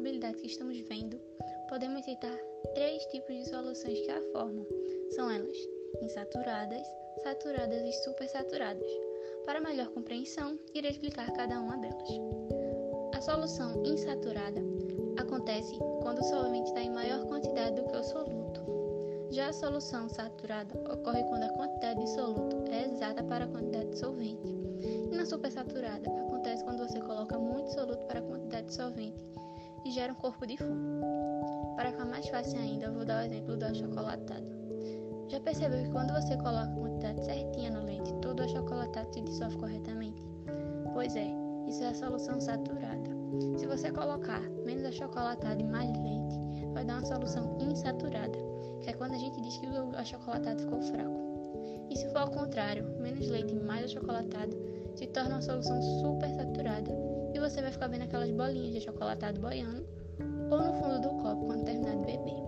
insolubilidade que estamos vendo, podemos citar 3 tipos de soluções que a formam. São elas insaturadas, saturadas e supersaturadas. Para melhor compreensão, irei explicar cada uma delas. A solução insaturada acontece quando o solvente está em maior quantidade do que o soluto. Já a solução saturada ocorre quando a quantidade de soluto é exata para a quantidade de solvente. E na supersaturada acontece quando você coloca muito soluto para a quantidade de solvente e gera um corpo de fumo. Para ficar mais fácil ainda, eu vou dar o exemplo do achocolatado. Já percebeu que quando você coloca a quantidade certinha no leite, todo o achocolatado se dissolve corretamente? Pois é, isso é a solução saturada. Se você colocar menos achocolatado e mais leite, vai dar uma solução insaturada, que é quando a gente diz que o achocolatado ficou fraco. E se for ao contrário, menos leite e mais achocolatado, se torna uma solução supersaturada e você vai ficar vendo aquelas bolinhas de achocolatado boiando ou no fundo do copo quando terminar de beber.